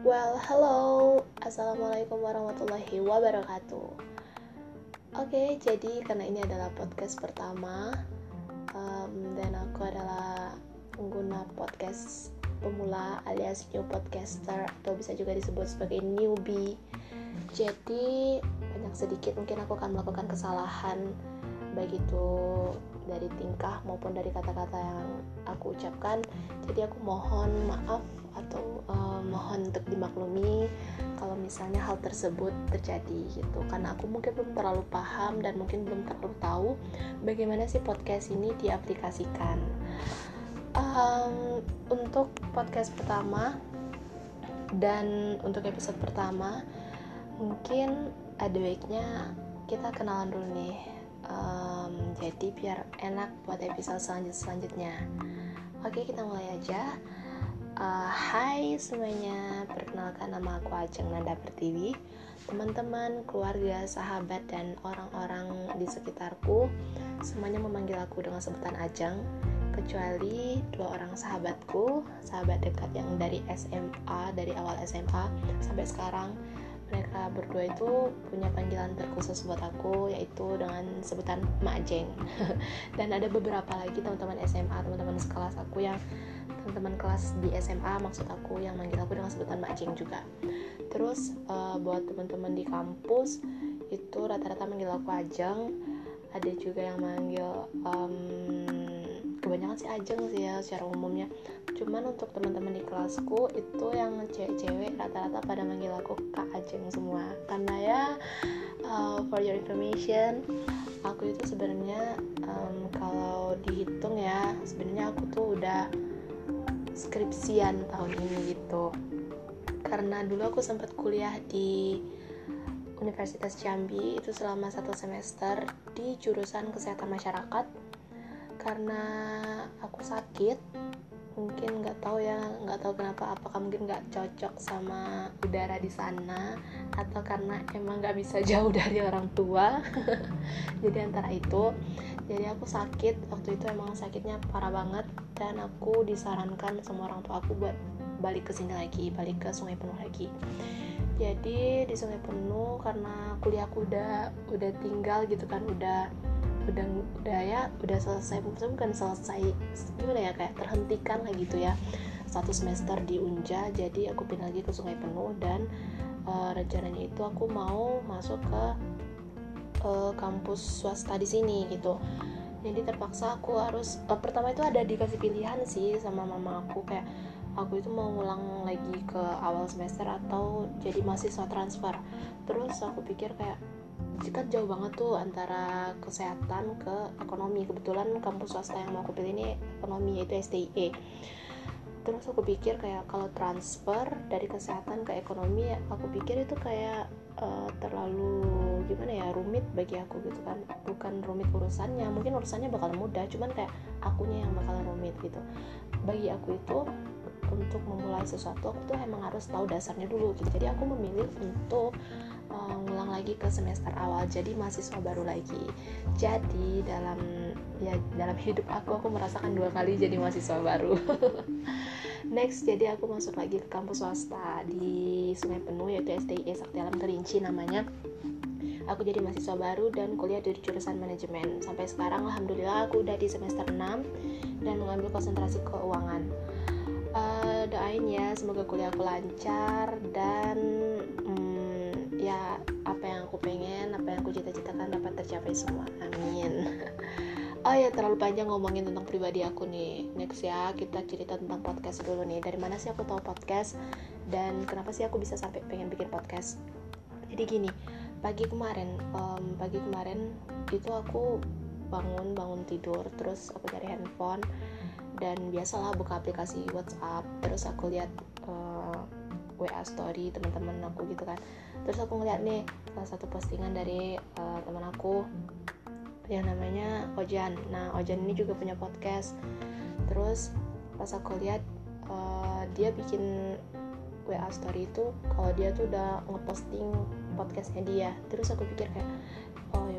Well, hello, assalamualaikum warahmatullahi wabarakatuh. Oke, jadi karena ini adalah podcast pertama, dan aku adalah pengguna podcast pemula alias new podcaster atau bisa juga disebut sebagai newbie. Jadi banyak sedikit mungkin aku akan melakukan kesalahan, baik itu dari tingkah maupun dari kata-kata yang aku ucapkan. Jadi aku mohon maaf atau mohon untuk dimaklumi kalau misalnya hal tersebut terjadi gitu, karena aku mungkin belum terlalu paham dan mungkin belum terlalu tahu bagaimana sih podcast ini diaplikasikan. Untuk podcast pertama dan untuk episode pertama mungkin ada baiknya kita kenalan dulu nih, jadi biar enak buat episode selanjutnya. Oke, kita mulai aja. Hai semuanya, perkenalkan nama aku Ajeng Nanda Pertiwi. Teman-teman, keluarga, sahabat, dan orang-orang di sekitarku semuanya memanggil aku dengan sebutan Ajeng, kecuali dua orang sahabatku, sahabat dekat yang dari SMA, dari awal SMA sampai sekarang. Mereka berdua itu punya panggilan terkhusus buat aku, yaitu dengan sebutan Mak Jeng. Dan ada beberapa lagi teman-teman SMA, teman-teman sekelas aku yang teman-teman kelas di SMA maksud aku, yang manggil aku dengan sebutan Mak Jeng juga. Terus buat teman-teman di kampus itu rata-rata manggil aku Ajeng. Ada juga yang manggil kebanyakan sih Ajeng sih ya secara umumnya. Cuman untuk teman-teman di kelasku itu yang cewek-cewek rata-rata pada manggil aku Kak Ajeng semua. Karena ya for your information, aku itu sebenarnya kalau dihitung ya, sebenarnya aku tuh udah skripsian tahun ini gitu. Karena dulu aku sempat kuliah di Universitas Jambi itu selama 1 semester di jurusan kesehatan masyarakat. Karena aku sakit, mungkin nggak tahu kenapa, apakah mungkin nggak cocok sama udara di sana atau karena emang nggak bisa jauh dari orang tua. Jadi antara itu, jadi aku sakit waktu itu, emang sakitnya parah banget, dan aku disarankan sama orang tua aku buat balik ke sini lagi, balik ke Sungai Penuh lagi. Jadi di Sungai Penuh karena kuliahku udah tinggal gitu kan, udah selesai, bukan selesai gimana ya, kayak terhentikan lah gitu ya, 1 semester di Unja. Jadi aku pindah lagi ke Sungai Penuh dan rencananya itu aku mau masuk ke kampus swasta di sini gitu. Jadi terpaksa aku harus pertama itu ada dikasih pilihan sih sama mama aku, kayak aku itu mau ngulang lagi ke awal semester atau jadi mahasiswa transfer. Terus aku pikir kayak kan jauh banget tuh antara kesehatan ke ekonomi. Kebetulan kampus swasta yang mau aku pilih ini ekonomi, yaitu STIE. Terus aku pikir kayak kalau transfer dari kesehatan ke ekonomi, aku pikir itu kayak terlalu gimana ya, rumit bagi aku gitu kan. Bukan rumit urusannya, mungkin urusannya bakal mudah, cuman kayak akunya yang bakal rumit gitu. Bagi aku itu untuk memulai sesuatu aku tuh emang harus tahu dasarnya dulu gitu. Jadi aku memilih untuk ngulang lagi ke semester awal, jadi mahasiswa baru lagi. Jadi dalam hidup aku merasakan 2 kali jadi mahasiswa baru. Next, jadi aku masuk lagi ke kampus swasta di Sungai Penuh, yaitu STIE Sakti Alam Kerinci namanya. Aku jadi mahasiswa baru dan kuliah di jurusan manajemen. Sampai sekarang alhamdulillah aku udah di semester 6 dan mengambil konsentrasi keuangan. Doain ya semoga kuliah aku lancar dan ya apa yang aku pengen, apa yang aku cita-citakan dapat tercapai semua, amin. Oh ya, terlalu panjang ngomongin tentang pribadi aku nih. Next ya, kita cerita tentang podcast dulu nih. Dari mana sih aku tahu podcast dan kenapa sih aku bisa sampai pengen bikin podcast? Jadi gini, pagi kemarin itu aku bangun tidur, terus aku cari handphone dan biasalah buka aplikasi WhatsApp, terus aku lihat WA story teman-teman aku gitu kan. Terus aku ngeliat nih salah satu postingan dari teman aku yang namanya Ojan. Nah, Ojan ini juga punya podcast. Terus pas aku lihat dia bikin WA story itu kalau dia tuh udah ngeposting podcastnya dia. Terus aku pikir kayak, oh ya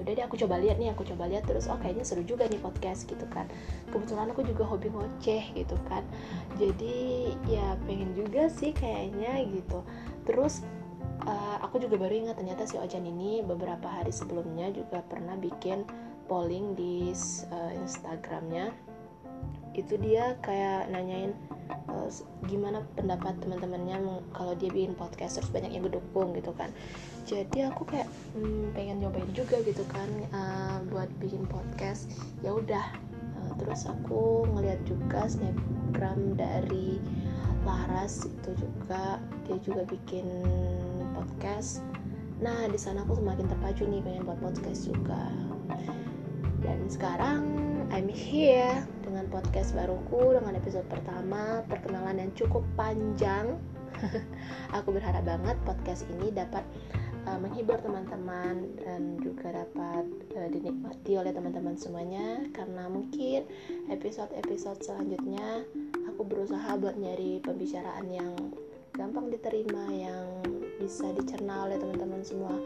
udah deh aku coba lihat terus kayaknya seru juga nih podcast gitu kan. Kebetulan aku juga hobi ngoceh gitu kan, jadi ya pengen juga sih kayaknya gitu. Terus aku juga baru ingat ternyata si Ojan ini beberapa hari sebelumnya juga pernah bikin polling di Instagramnya. Itu dia kayak nanyain gimana pendapat teman-temannya kalau dia bikin podcast, terus banyak yang mendukung gitu kan. Jadi aku kayak pengen nyobain juga gitu kan, buat bikin podcast. Ya udah, terus aku ngeliat juga snapgram dari Laras, itu juga dia juga bikin podcast. Nah di sana aku semakin terpacu nih pengen buat podcast juga. Dan sekarang I'm here dengan podcast baruku, dengan episode pertama, perkenalan yang cukup panjang. Aku berharap banget podcast ini dapat menghibur teman-teman dan juga dapat dinikmati oleh teman-teman semuanya. Karena mungkin episode-episode selanjutnya aku berusaha buat nyari pembicaraan yang gampang diterima, yang bisa dicerna oleh teman-teman semua,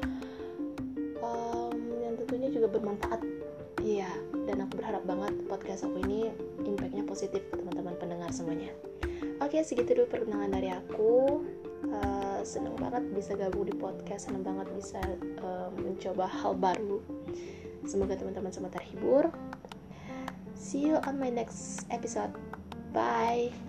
yang tentunya juga bermanfaat. Iya, dan aku berharap banget podcast aku ini impact-nya positif ke teman-teman pendengar semuanya. Oke, segitu dulu perkenalan dari aku. Seneng banget bisa gabung di podcast, seneng banget bisa mencoba hal baru. Semoga teman-teman semua terhibur. See you on my next episode. Bye.